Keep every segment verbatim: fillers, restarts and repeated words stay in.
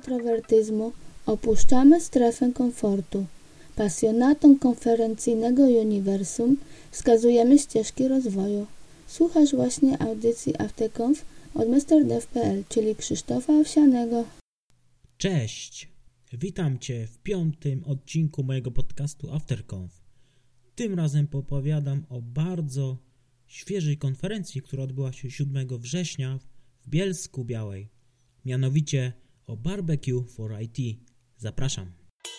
ekstrawertyzmu opuszczamy strefę komfortu. Pasjonatom konferencyjnego uniwersum wskazujemy ścieżki rozwoju. Słuchasz właśnie audycji AfterConf od mister dev kropka p l, czyli Krzysztofa Owsianego. Cześć! Witam Cię w piątym odcinku mojego podcastu AfterConf. Tym razem opowiadam o bardzo świeżej konferencji, która odbyła się siódmego września w Bielsku-Białej. Mianowicie o Barbecue for I T. Zapraszam.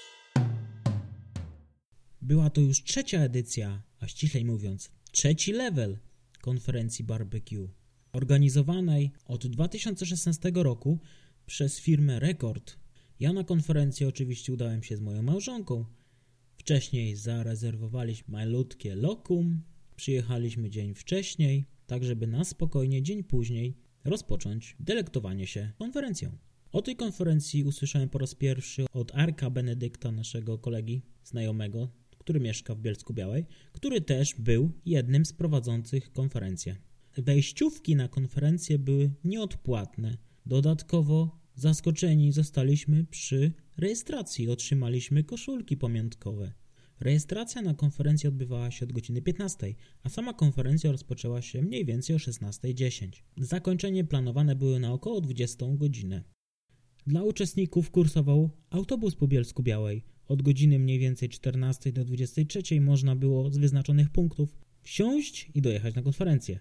Była to już trzecia edycja, a ściślej mówiąc trzeci level konferencji Barbecue, organizowanej od dwa tysiące szesnastego roku przez firmę Rekord. Ja na konferencję oczywiście udałem się z moją małżonką. Wcześniej zarezerwowaliśmy malutkie lokum, przyjechaliśmy dzień wcześniej, tak żeby na spokojnie dzień później rozpocząć delektowanie się konferencją. O tej konferencji usłyszałem po raz pierwszy od Arka Benedykta, naszego kolegi, znajomego, który mieszka w Bielsku-Białej, który też był jednym z prowadzących konferencję. Wejściówki na konferencję były nieodpłatne. Dodatkowo zaskoczeni zostaliśmy przy rejestracji. Otrzymaliśmy koszulki pamiątkowe. Rejestracja na konferencję odbywała się od godziny piętnastej, a sama konferencja rozpoczęła się mniej więcej o szesnasta dziesięć. Zakończenie planowane były na około dwudziestą godzinę. Dla uczestników kursował autobus po Bielsku-Białej. Od godziny mniej więcej czternastej do dwudziestej trzeciej można było z wyznaczonych punktów wsiąść i dojechać na konferencję.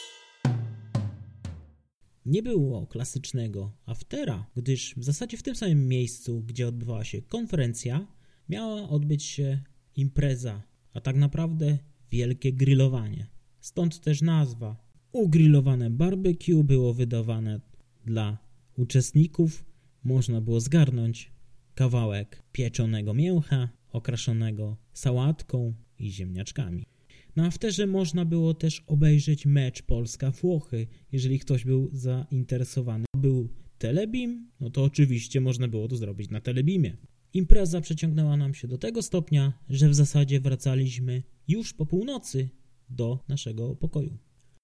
Nie było klasycznego aftera, gdyż w zasadzie w tym samym miejscu, gdzie odbywała się konferencja, miała odbyć się impreza, a tak naprawdę wielkie grillowanie. Stąd też nazwa. Ugrillowane barbecue było wydawane dla uczestników. Można było zgarnąć kawałek pieczonego mięcha, okraszonego sałatką i ziemniaczkami. Na afterze można było też obejrzeć mecz Polska-Włochy, jeżeli ktoś był zainteresowany. Był Telebim, no to oczywiście można było to zrobić na Telebimie. Impreza przeciągnęła nam się do tego stopnia, że w zasadzie wracaliśmy już po północy do naszego pokoju.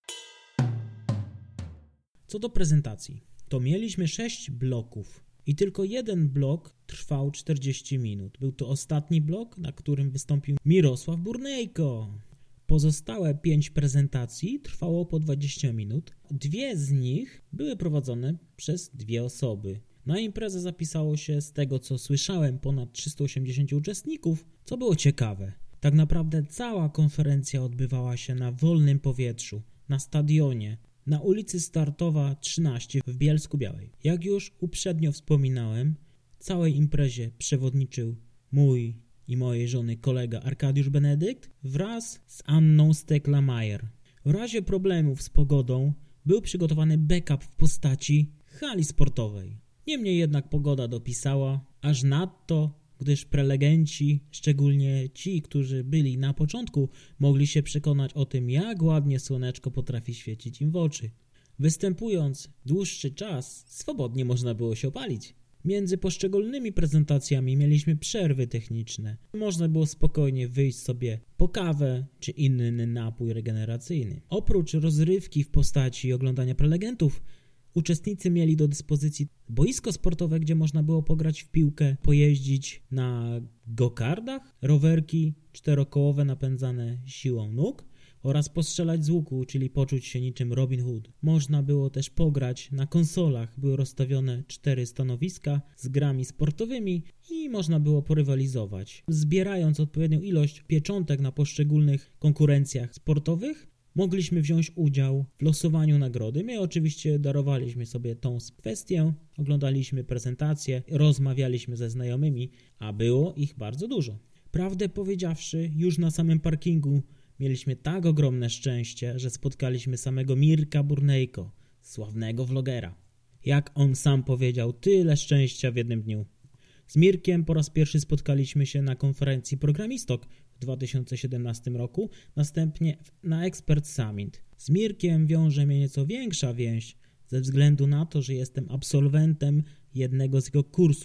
Co do prezentacji, to mieliśmy sześć bloków i tylko jeden blok trwał czterdzieści minut. Był to ostatni blok, na którym wystąpił Mirosław Burnejko. Pozostałe pięć prezentacji trwało po dwadzieścia minut. Dwie z nich były prowadzone przez dwie osoby. Na imprezę zapisało się, z tego co słyszałem, ponad trzysta osiemdziesiąt uczestników, co było ciekawe. Tak naprawdę cała konferencja odbywała się na wolnym powietrzu, na stadionie, na ulicy Startowa trzynaście w Bielsku-Białej. Jak już uprzednio wspominałem, całej imprezie przewodniczył mój i mojej żony kolega Arkadiusz Benedykt wraz z Anną Stekla-Majer. W razie problemów z pogodą był przygotowany backup w postaci hali sportowej. Niemniej jednak pogoda dopisała, aż nadto, gdyż prelegenci, szczególnie ci, którzy byli na początku, mogli się przekonać o tym, jak ładnie słoneczko potrafi świecić im w oczy. Występując dłuższy czas, swobodnie można było się opalić. Między poszczególnymi prezentacjami mieliśmy przerwy techniczne. Można było spokojnie wyjść sobie po kawę czy inny napój regeneracyjny. Oprócz rozrywki w postaci oglądania prelegentów, uczestnicy mieli do dyspozycji boisko sportowe, gdzie można było pograć w piłkę, pojeździć na go-kardach, rowerki czterokołowe napędzane siłą nóg oraz postrzelać z łuku, czyli poczuć się niczym Robin Hood. Można było też pograć na konsolach, były rozstawione cztery stanowiska z grami sportowymi i można było porywalizować. Zbierając odpowiednią ilość pieczątek na poszczególnych konkurencjach sportowych, mogliśmy wziąć udział w losowaniu nagrody. My oczywiście darowaliśmy sobie tą kwestię, oglądaliśmy prezentacje, rozmawialiśmy ze znajomymi, a było ich bardzo dużo. Prawdę powiedziawszy, już na samym parkingu mieliśmy tak ogromne szczęście, że spotkaliśmy samego Mirka Burnejko, sławnego vlogera. Jak on sam powiedział, tyle szczęścia w jednym dniu. Z Mirkiem po raz pierwszy spotkaliśmy się na konferencji Programistok w dwa tysiące siedemnastym roku, następnie na Expert Summit. Z Mirkiem wiąże mnie nieco większa więź ze względu na to, że jestem absolwentem jednego z jego kursów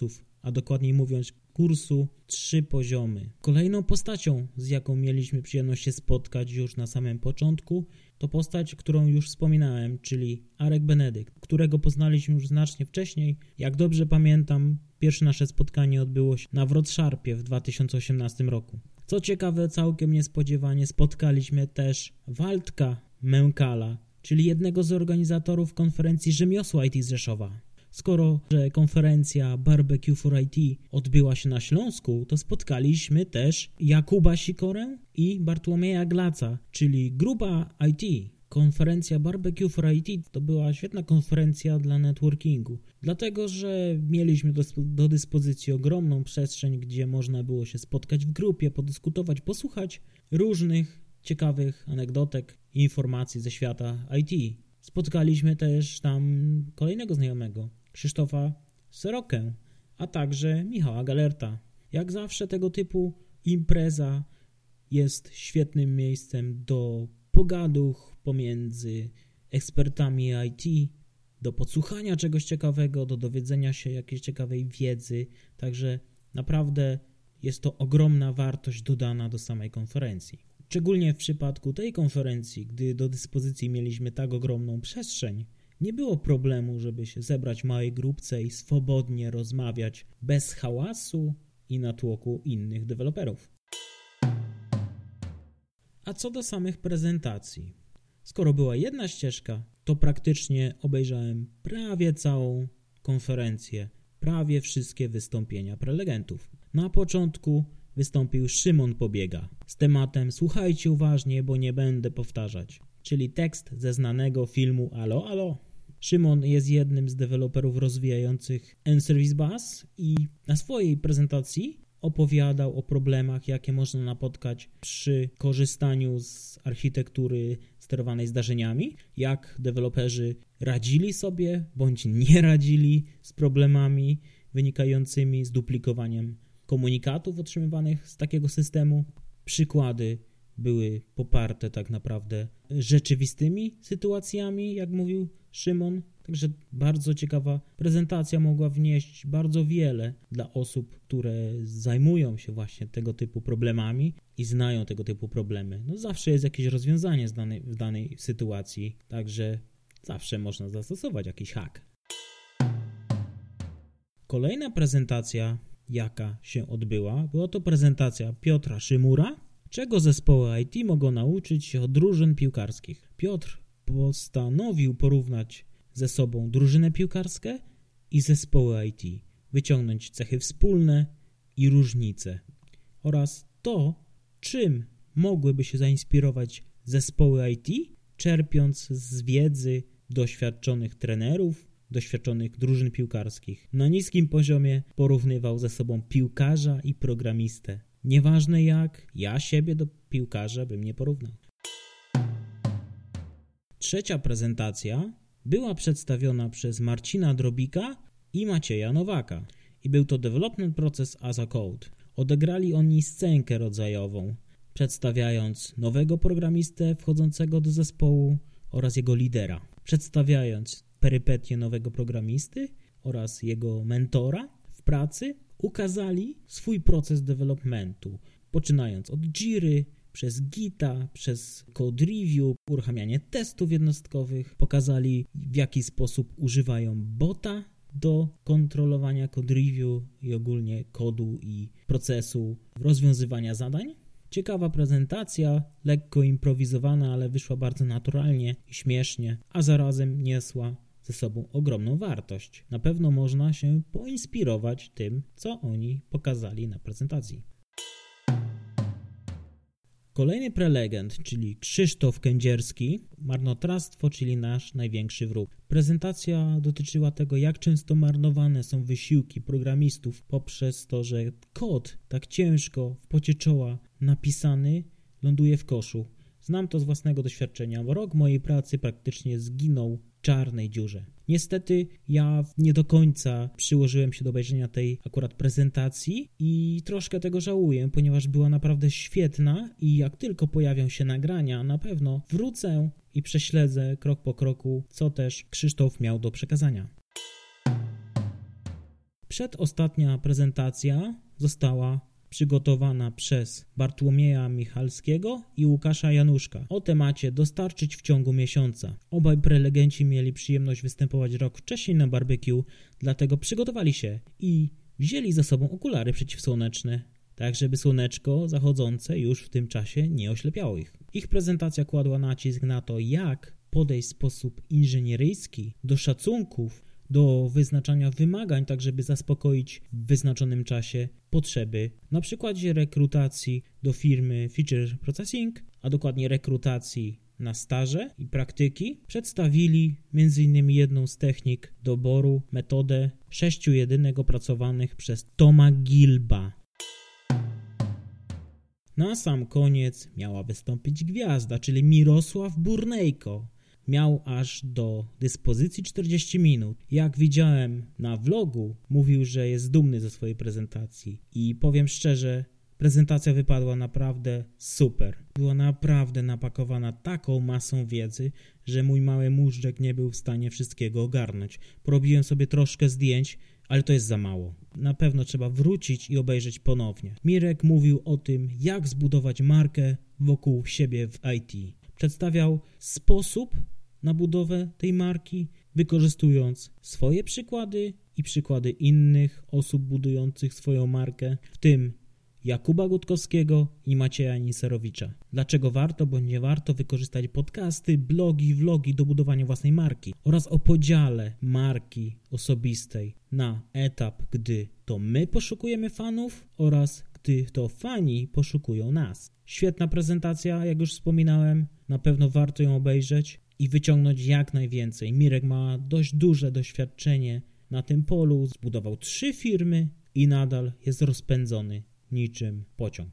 a dokładniej mówiąc kursu Trzy Poziomy. Kolejną postacią, z jaką mieliśmy przyjemność się spotkać już na samym początku, to postać, którą już wspominałem, czyli Arek Benedykt, którego poznaliśmy już znacznie wcześniej. Jak dobrze pamiętam, pierwsze nasze spotkanie odbyło się na Wrocławie w dwa tysiące osiemnastym roku. Co ciekawe, całkiem niespodziewanie spotkaliśmy też Waldka Mękala, czyli jednego z organizatorów konferencji Rzemiosła I T z Rzeszowa. Skoro że konferencja Barbecue for I T odbyła się na Śląsku, to spotkaliśmy też Jakuba Sikorę i Bartłomieja Glaca, czyli Grupa I T. Konferencja Barbecue for I T to była świetna konferencja dla networkingu, dlatego że mieliśmy do, do dyspozycji ogromną przestrzeń, gdzie można było się spotkać w grupie, podyskutować, posłuchać różnych ciekawych anegdotek i informacji ze świata I T. Spotkaliśmy też tam kolejnego znajomego, Krzysztofa Serokę, a także Michała Galerta. Jak zawsze tego typu impreza jest świetnym miejscem do pogaduch pomiędzy ekspertami I T, do podsłuchania czegoś ciekawego, do dowiedzenia się jakiejś ciekawej wiedzy, także naprawdę jest to ogromna wartość dodana do samej konferencji. Szczególnie w przypadku tej konferencji, gdy do dyspozycji mieliśmy tak ogromną przestrzeń, nie było problemu, żeby się zebrać w małej grupce i swobodnie rozmawiać bez hałasu i natłoku innych deweloperów. A co do samych prezentacji? Skoro była jedna ścieżka, to praktycznie obejrzałem prawie całą konferencję, prawie wszystkie wystąpienia prelegentów. Na początku wystąpił Szymon Pobiega z tematem "Słuchajcie uważnie, bo nie będę powtarzać", czyli tekst ze znanego filmu Alo, alo. Szymon jest jednym z deweloperów rozwijających N-Service Bus i na swojej prezentacji opowiadał o problemach, jakie można napotkać przy korzystaniu z architektury sterowanej zdarzeniami, jak deweloperzy radzili sobie bądź nie radzili z problemami wynikającymi z duplikowaniem komunikatów otrzymywanych z takiego systemu. Przykłady były poparte tak naprawdę rzeczywistymi sytuacjami, jak mówił Szymon. Także bardzo ciekawa prezentacja, mogła wnieść bardzo wiele dla osób, które zajmują się właśnie tego typu problemami i znają tego typu problemy. No zawsze jest jakieś rozwiązanie z danej, w danej sytuacji, także zawsze można zastosować jakiś hack. Kolejna prezentacja, jaka się odbyła, była to prezentacja Piotra Szymura, czego zespoły I T mogą nauczyć się od drużyn piłkarskich. Piotr postanowił porównać ze sobą drużynę piłkarską i zespoły I T, wyciągnąć cechy wspólne i różnice oraz to, czym mogłyby się zainspirować zespoły I T, czerpiąc z wiedzy doświadczonych trenerów, doświadczonych drużyn piłkarskich. Na niskim poziomie porównywał ze sobą piłkarza i programistę. Nieważne jak, ja siebie do piłkarza bym nie porównał. Trzecia prezentacja była przedstawiona przez Marcina Drobika i Macieja Nowaka i był to Development Process as a Code. Odegrali oni scenkę rodzajową, przedstawiając nowego programistę wchodzącego do zespołu oraz jego lidera, przedstawiając perypetie nowego programisty oraz jego mentora w pracy, ukazali swój proces developmentu, poczynając od Jiry, przez Gita, przez code review, uruchamianie testów jednostkowych, pokazali w jaki sposób używają bota do kontrolowania code review i ogólnie kodu i procesu rozwiązywania zadań. Ciekawa prezentacja, lekko improwizowana, ale wyszła bardzo naturalnie i śmiesznie, a zarazem niosła ze sobą ogromną wartość. Na pewno można się poinspirować tym, co oni pokazali na prezentacji. Kolejny prelegent, czyli Krzysztof Kędzierski, marnotrawstwo, czyli nasz największy wróg. Prezentacja dotyczyła tego, jak często marnowane są wysiłki programistów poprzez to, że kod tak ciężko w pocie czoła napisany ląduje w koszu. Znam to z własnego doświadczenia, bo rok mojej pracy praktycznie zginął w czarnej dziurze. Niestety ja nie do końca przyłożyłem się do obejrzenia tej akurat prezentacji i troszkę tego żałuję, ponieważ była naprawdę świetna i jak tylko pojawią się nagrania, na pewno wrócę i prześledzę krok po kroku, co też Krzysztof miał do przekazania. Przedostatnia prezentacja została przygotowana przez Bartłomieja Michalskiego i Łukasza Januszka o temacie dostarczyć w ciągu miesiąca. Obaj prelegenci mieli przyjemność występować rok wcześniej na barbecue, dlatego przygotowali się i wzięli ze sobą okulary przeciwsłoneczne, tak żeby słoneczko zachodzące już w tym czasie nie oślepiało ich. Ich prezentacja kładła nacisk na to, jak podejść w sposób inżynieryjski do szacunków, do wyznaczania wymagań, tak żeby zaspokoić w wyznaczonym czasie potrzeby. Na przykładzie rekrutacji do firmy Feature Processing, a dokładnie rekrutacji na staże i praktyki, przedstawili między innymi jedną z technik doboru, metodę sześciu jedynek opracowanych przez Toma Gilba. Na sam koniec miała wystąpić gwiazda, czyli Mirosław Burnejko. Miał aż do dyspozycji czterdzieści minut. Jak widziałem na vlogu, mówił, że jest dumny ze swojej prezentacji. I powiem szczerze, prezentacja wypadła naprawdę super. Była naprawdę napakowana taką masą wiedzy, że mój mały móżdżek nie był w stanie wszystkiego ogarnąć. Porobiłem sobie troszkę zdjęć, ale to jest za mało. Na pewno trzeba wrócić i obejrzeć ponownie. Mirek mówił o tym, jak zbudować markę wokół siebie w I T. Przedstawiał sposób na budowę tej marki, wykorzystując swoje przykłady i przykłady innych osób budujących swoją markę, w tym Jakuba Gutkowskiego i Macieja Niserowicza. Dlaczego warto bądź nie warto wykorzystać podcasty, blogi, vlogi do budowania własnej marki oraz o podziale marki osobistej na etap, gdy to my poszukujemy fanów oraz gdy to fani poszukują nas. Świetna prezentacja, jak już wspominałem, na pewno warto ją obejrzeć i wyciągnąć jak najwięcej. Mirek ma dość duże doświadczenie na tym polu, zbudował trzy firmy i nadal jest rozpędzony niczym pociąg.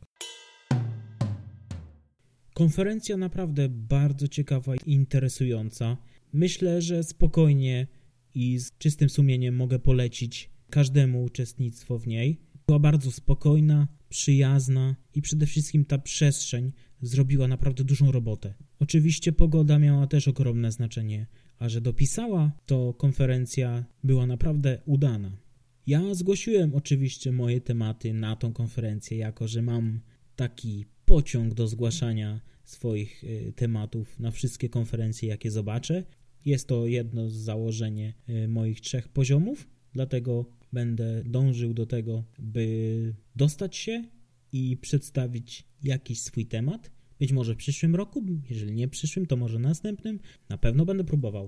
Konferencja naprawdę bardzo ciekawa i interesująca. Myślę, że spokojnie i z czystym sumieniem mogę polecić każdemu uczestnictwo w niej. Była bardzo spokojna, przyjazna i przede wszystkim ta przestrzeń zrobiła naprawdę dużą robotę. Oczywiście pogoda miała też ogromne znaczenie, a że dopisała, to konferencja była naprawdę udana. Ja zgłosiłem oczywiście moje tematy na tą konferencję, jako że mam taki pociąg do zgłaszania swoich y, tematów na wszystkie konferencje, jakie zobaczę. Jest to jedno z założeń y, moich trzech poziomów, dlatego będę dążył do tego, by dostać się i przedstawić jakiś swój temat. Być może w przyszłym roku, jeżeli nie w przyszłym, to może następnym. Na pewno będę próbował.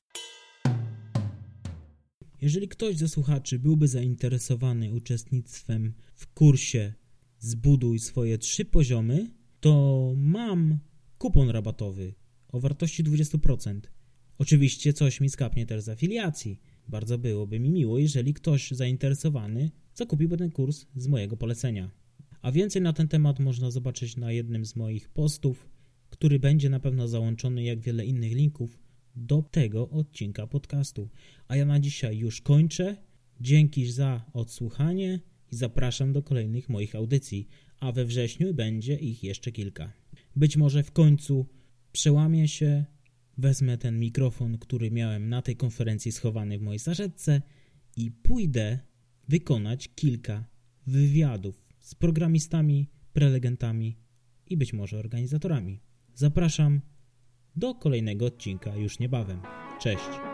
Jeżeli ktoś ze słuchaczy byłby zainteresowany uczestnictwem w kursie Zbuduj swoje trzy poziomy, to mam kupon rabatowy o wartości dwadzieścia procent. Oczywiście coś mi skapnie też z afiliacji. Bardzo byłoby mi miło, jeżeli ktoś zainteresowany zakupiłby ten kurs z mojego polecenia. A więcej na ten temat można zobaczyć na jednym z moich postów, który będzie na pewno załączony, jak wiele innych linków, do tego odcinka podcastu. A ja na dzisiaj już kończę. Dzięki za odsłuchanie i zapraszam do kolejnych moich audycji, a we wrześniu będzie ich jeszcze kilka. Być może w końcu przełamię się, wezmę ten mikrofon, który miałem na tej konferencji schowany w mojej saszetce i pójdę wykonać kilka wywiadów z programistami, prelegentami i być może organizatorami. Zapraszam do kolejnego odcinka już niebawem. Cześć!